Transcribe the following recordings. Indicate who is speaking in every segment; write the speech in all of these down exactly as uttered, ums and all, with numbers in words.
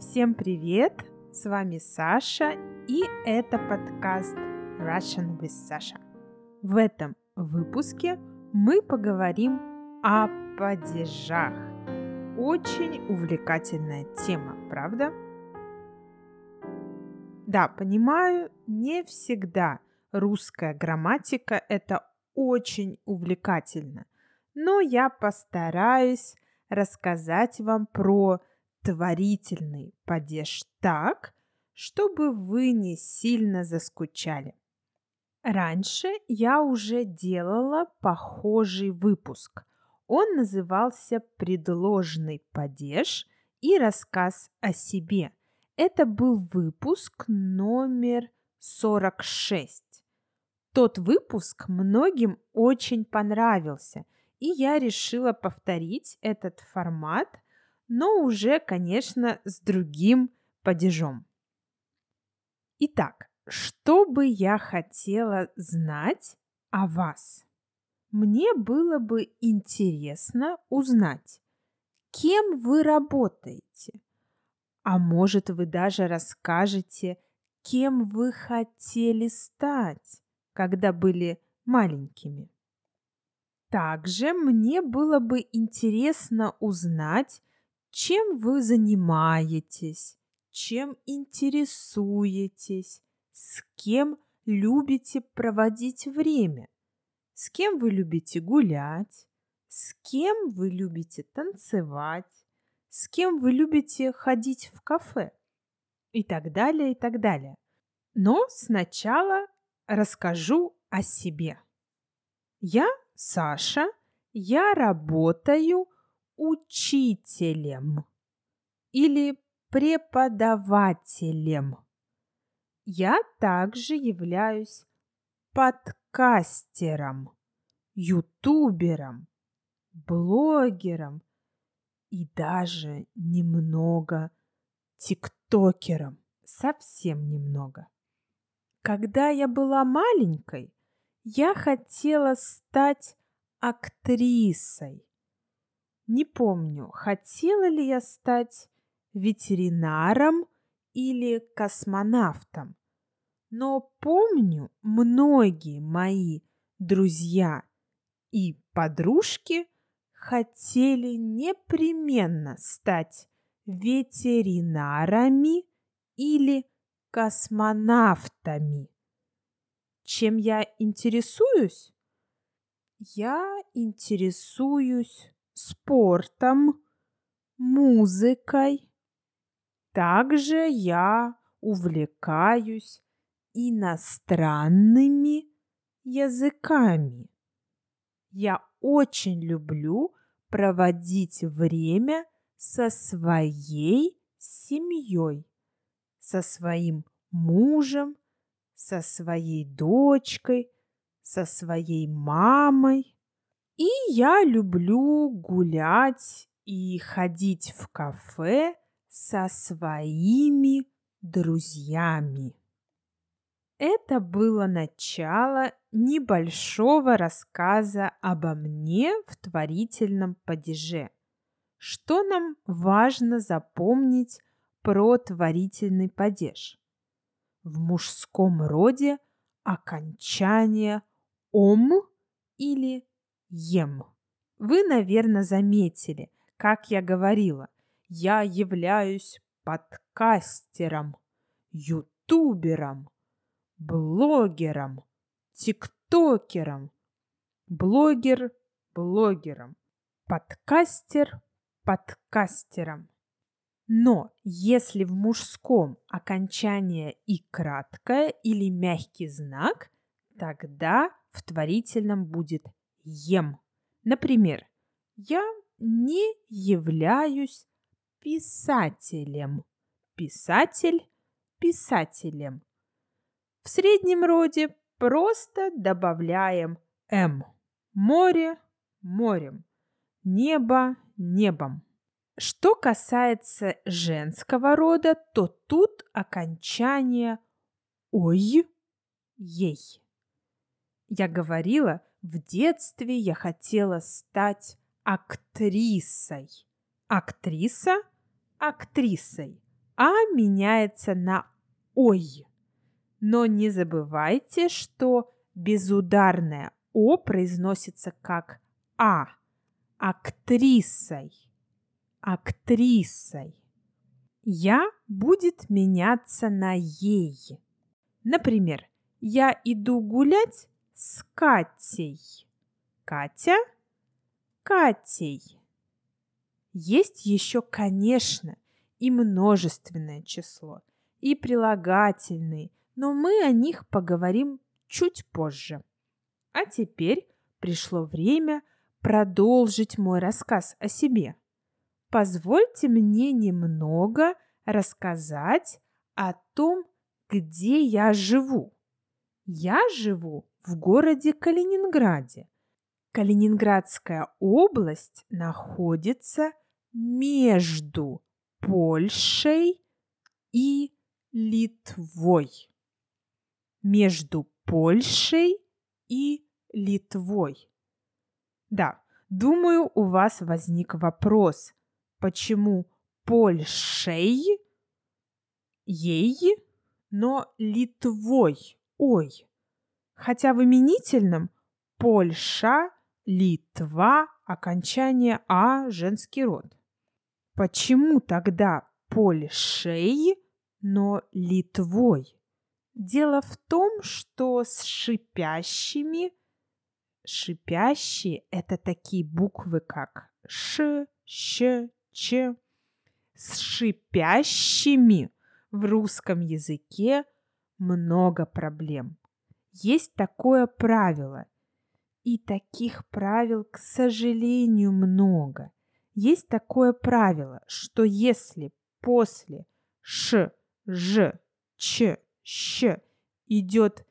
Speaker 1: Всем привет! С вами Саша, и это подкаст Russian with Sasha. В этом выпуске мы поговорим о падежах. Очень увлекательная тема, правда? Да, понимаю, не всегда русская грамматика – это очень увлекательно, но я постараюсь рассказать вам про творительный падеж так, чтобы вы не сильно заскучали. Раньше я уже делала похожий выпуск. Он назывался «Предложный падеж и рассказ о себе». Это был выпуск номер сорок шесть. Тот выпуск многим очень понравился, и я решила повторить этот формат, но уже, конечно, с другим падежом. Итак, что бы я хотела знать о вас? Мне было бы интересно узнать, кем вы работаете. А может, вы даже расскажете, кем вы хотели стать, когда были маленькими. Также мне было бы интересно узнать, чем вы занимаетесь, чем интересуетесь, с кем любите проводить время, с кем вы любите гулять, с кем вы любите танцевать, с кем вы любите ходить в кафе и так далее, и так далее. Но сначала расскажу о себе. Я Саша, я работаю учителем или преподавателем. Я также являюсь подкастером, ютубером, блогером и даже немного тиктокером. Совсем немного. Когда я была маленькой, я хотела стать актрисой. Не помню, хотела ли я стать ветеринаром или космонавтом, но помню, многие мои друзья и подружки хотели непременно стать ветеринарами или космонавтами. Чем я интересуюсь? Я интересуюсь спортом, музыкой. Также я увлекаюсь иностранными языками. Я очень люблю проводить время со своей семьей, со своим мужем, со своей дочкой, со своей мамой. И я люблю гулять и ходить в кафе со своими друзьями. Это было начало небольшого рассказа обо мне в творительном падеже. Что нам важно запомнить про творительный падеж? В мужском роде окончание «ом» или «ем». Вы, наверное, заметили, как я говорила, я являюсь подкастером, ютубером, блогером, тиктокером, блогер блогером, подкастер подкастером. Но если в мужском окончание «и» краткое или мягкий знак, тогда в творительном будет «ем». Например, я не являюсь писателем. Писатель писателем. В среднем роде просто добавляем «м». Море морем. Небо небом. Что касается женского рода, то тут окончание «ой», «ей». Я говорила, в детстве я хотела стать актрисой. Актриса – актрисой. А меняется на ой. Но не забывайте, что безударное о произносится как а. Актрисой. Актрисой. Я будет меняться на ей. Например, я иду гулять с Катей. Катя – Катей. Есть еще, конечно, и множественное число, и прилагательные, но мы о них поговорим чуть позже. А теперь пришло время продолжить мой рассказ о себе. Позвольте мне немного рассказать о том, где я живу. Я живу в городе Калининграде. Калининградская область находится между Польшей и Литвой. Между Польшей и Литвой. Да, думаю, у вас возник вопрос, почему Польшей, ей, но Литвой, ой. Хотя в именительном Польша, Литва, окончание а, женский род. Почему тогда Польшей, но Литвой? Дело в том, что с шипящими, шипящие – это такие буквы, как ш, щ, ч. С шипящими в русском языке много проблем. Есть такое правило, и таких правил, к сожалению, много. Есть такое правило, что если после ш, ж, ч, щ идет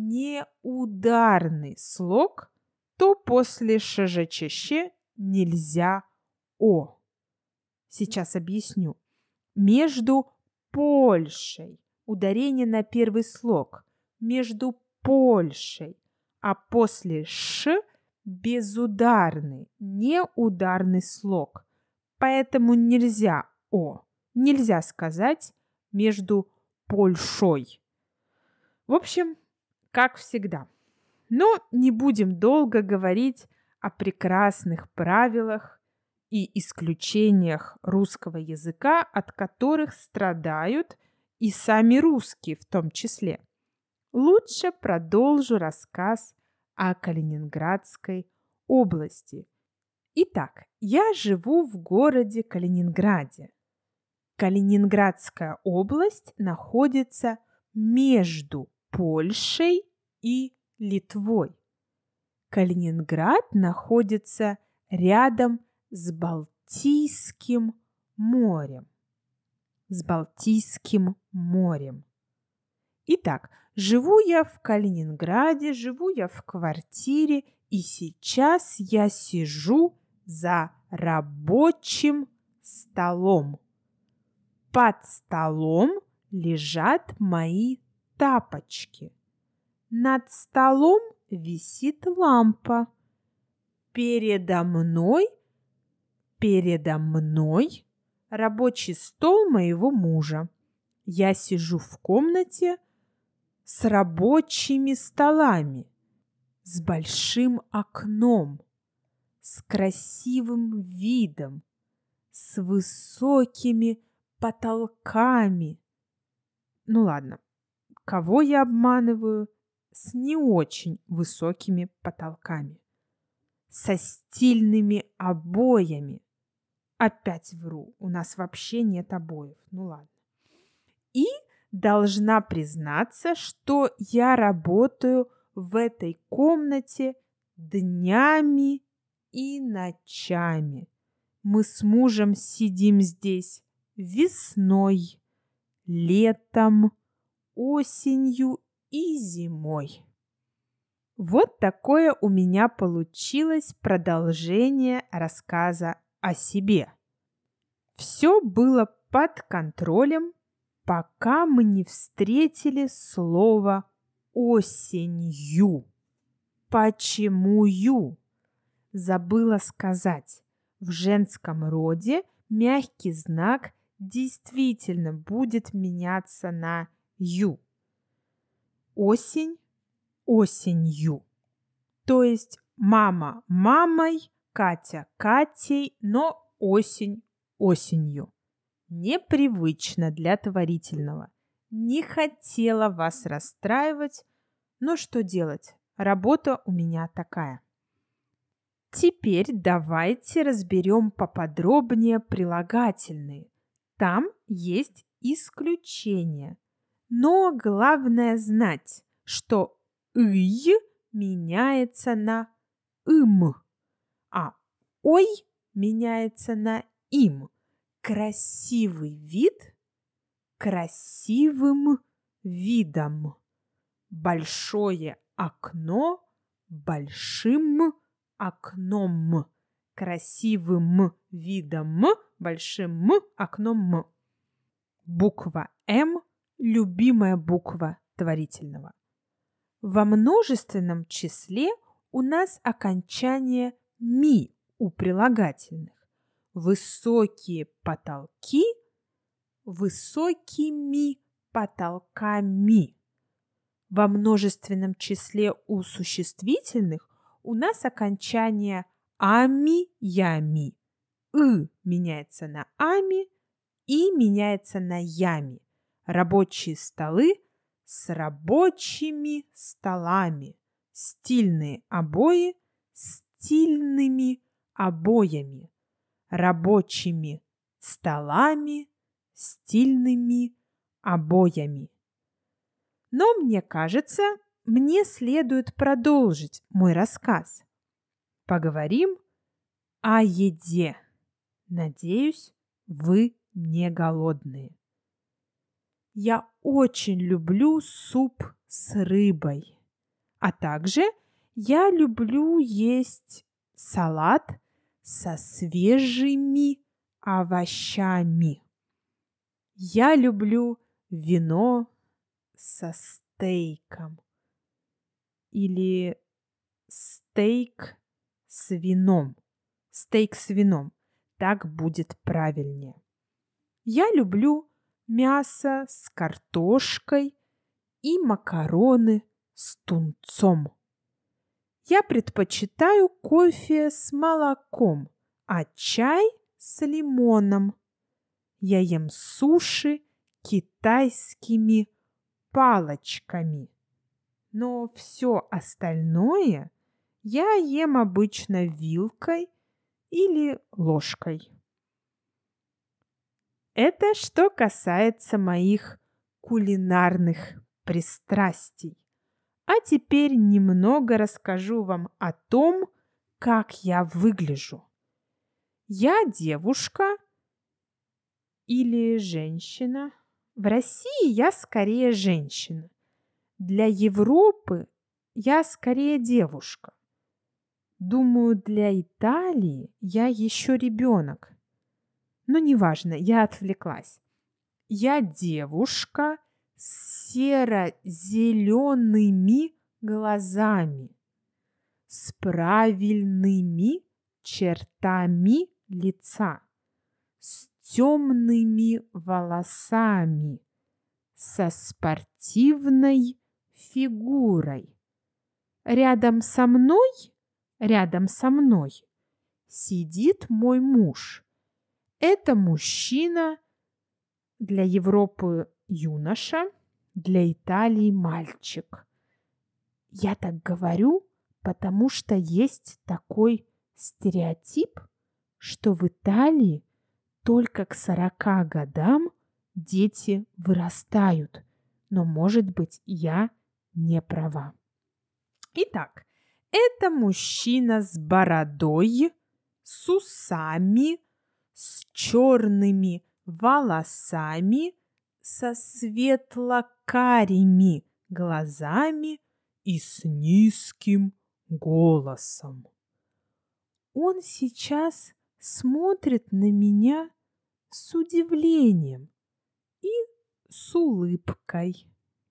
Speaker 1: неударный слог, то после ш, ж, ч, щ нельзя о. Сейчас объясню. Между Польшей, ударение на первый слог, между Польшей, а после ш безударный, неударный слог. Поэтому нельзя о, нельзя сказать между Польшой. В общем, как всегда. Но не будем долго говорить о прекрасных правилах и исключениях русского языка, от которых страдают и сами русские в том числе. Лучше продолжу рассказ о Калининградской области. Итак, я живу в городе Калининграде. Калининградская область находится между Польшей и Литвой. Калининград находится рядом с Балтийским морем. С Балтийским морем. Итак, живу я в Калининграде, живу я в квартире, и сейчас я сижу за рабочим столом. Под столом лежат мои тапочки. Над столом висит лампа. Передо мной, передо мной рабочий стол моего мужа. Я сижу в комнате с рабочими столами, с большим окном, с красивым видом, с высокими потолками. Ну ладно, кого я обманываю? С не очень высокими потолками, со стильными обоями. Опять вру, у нас вообще нет обоев. Ну ладно. И должна признаться, что я работаю в этой комнате днями и ночами. Мы с мужем сидим здесь весной, летом, осенью и зимой. Вот такое у меня получилось продолжение рассказа о себе. Все было под контролем, пока мы не встретили слово осенью. Почему ю? Забыла сказать. В женском роде мягкий знак действительно будет меняться на ю. Осень – осенью. То есть мама мамой, Катя Катей, но осень осенью. Непривычно для творительного. Не хотела вас расстраивать, но что делать? Работа у меня такая. Теперь давайте разберем поподробнее прилагательные. Там есть исключения. Но главное знать, что «ый» меняется на «им», а «ой» меняется на «им». Красивый вид красивым видом. Большое окно большим окном. Красивым видом большим окном. Буква М – любимая буква творительного. Во множественном числе у нас окончание «ми» у прилагательных. Высокие потолки высокими потолками. Во множественном числе у существительных у нас окончание ами-ями. «ы» меняется на ами, «и» меняется на ями. Рабочие столы с рабочими столами. Стильные обои с стильными обоями. Рабочими столами, стильными обоями. Но мне кажется, мне следует продолжить мой рассказ. Поговорим о еде. Надеюсь, вы не голодные. Я очень люблю суп с рыбой, а также я люблю есть салат со свежими овощами. Я люблю вино со стейком или стейк с вином. Стейк с вином. Так будет правильнее. Я люблю мясо с картошкой и макароны с тунцом. Я предпочитаю кофе с молоком, а чай с лимоном. Я ем суши китайскими палочками. Но все остальное я ем обычно вилкой или ложкой. Это что касается моих кулинарных пристрастий. А теперь немного расскажу вам о том, как я выгляжу. Я девушка или женщина. В России я скорее женщина. Для Европы я скорее девушка. Думаю, для Италии я еще ребенок. Но неважно, я отвлеклась. Я девушка с серо-зелеными глазами, с правильными чертами лица, с темными волосами, со спортивной фигурой. Рядом со мной, рядом со мной сидит мой муж. Это мужчина, для Европы юноша, для Италии мальчик. Я так говорю, потому что есть такой стереотип, что в Италии только к сорока годам дети вырастают. Но, может быть, я не права. Итак, это мужчина с бородой, с усами, с черными волосами, со светло-карими глазами и с низким голосом. Он сейчас смотрит на меня с удивлением и с улыбкой.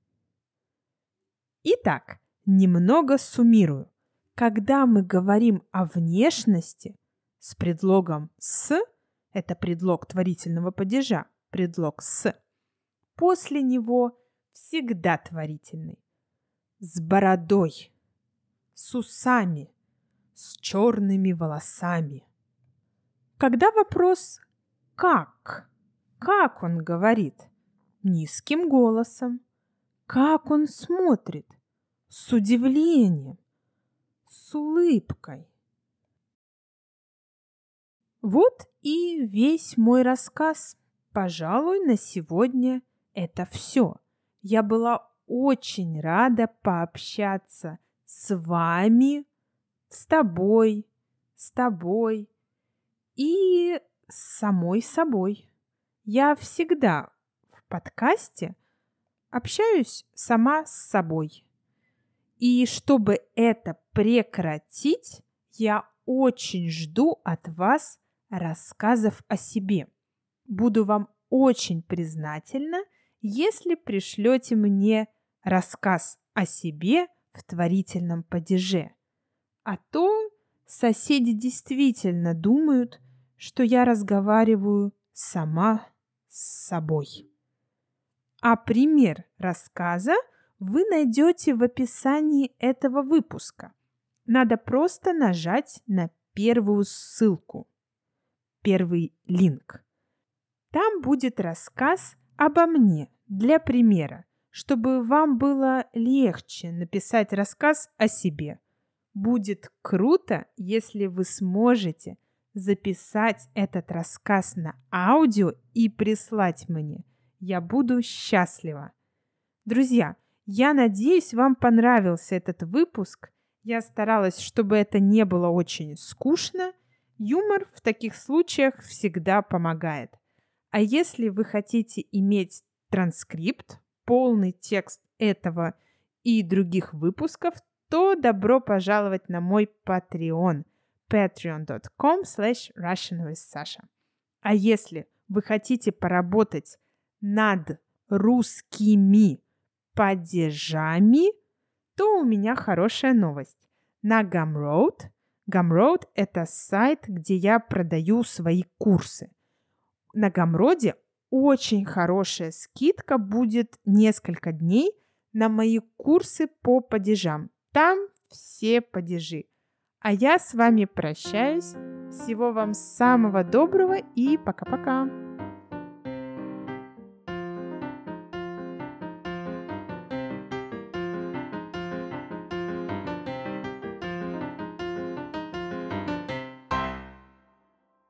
Speaker 1: Итак, немного суммирую. Когда мы говорим о внешности с предлогом «с», это предлог творительного падежа, предлог «с». После него всегда творительный. С бородой, с усами, с черными волосами. Когда вопрос «как?», как он говорит? Низким голосом. Как он смотрит? С удивлением, с улыбкой. Вот и весь мой рассказ. Пожалуй, на сегодня это все. Я была очень рада пообщаться с вами, с тобой, с тобой и с самой собой. Я всегда в подкасте общаюсь сама с собой. И чтобы это прекратить, я очень жду от вас рассказов о себе. Буду вам очень признательна, если пришлете мне рассказ о себе в творительном падеже. А то соседи действительно думают, что я разговариваю сама с собой. А пример рассказа вы найдете в описании этого выпуска. Надо просто нажать на первую ссылку, первый линк. Там будет рассказ обо мне для примера, чтобы вам было легче написать рассказ о себе. Будет круто, если вы сможете записать этот рассказ на аудио и прислать мне. Я буду счастлива. Друзья, я надеюсь, вам понравился этот выпуск. Я старалась, чтобы это не было очень скучно. Юмор в таких случаях всегда помогает. А если вы хотите иметь транскрипт, полный текст этого и других выпусков, то добро пожаловать на мой Patreon patreon dot com slash russian with sasha. А если вы хотите поработать над русскими падежами, то у меня хорошая новость. На Gumroad, Gumroad – это сайт, где я продаю свои курсы. На Gumroad очень хорошая скидка будет несколько дней на мои курсы по падежам. Там все падежи. А я с вами прощаюсь. Всего вам самого доброго и пока-пока.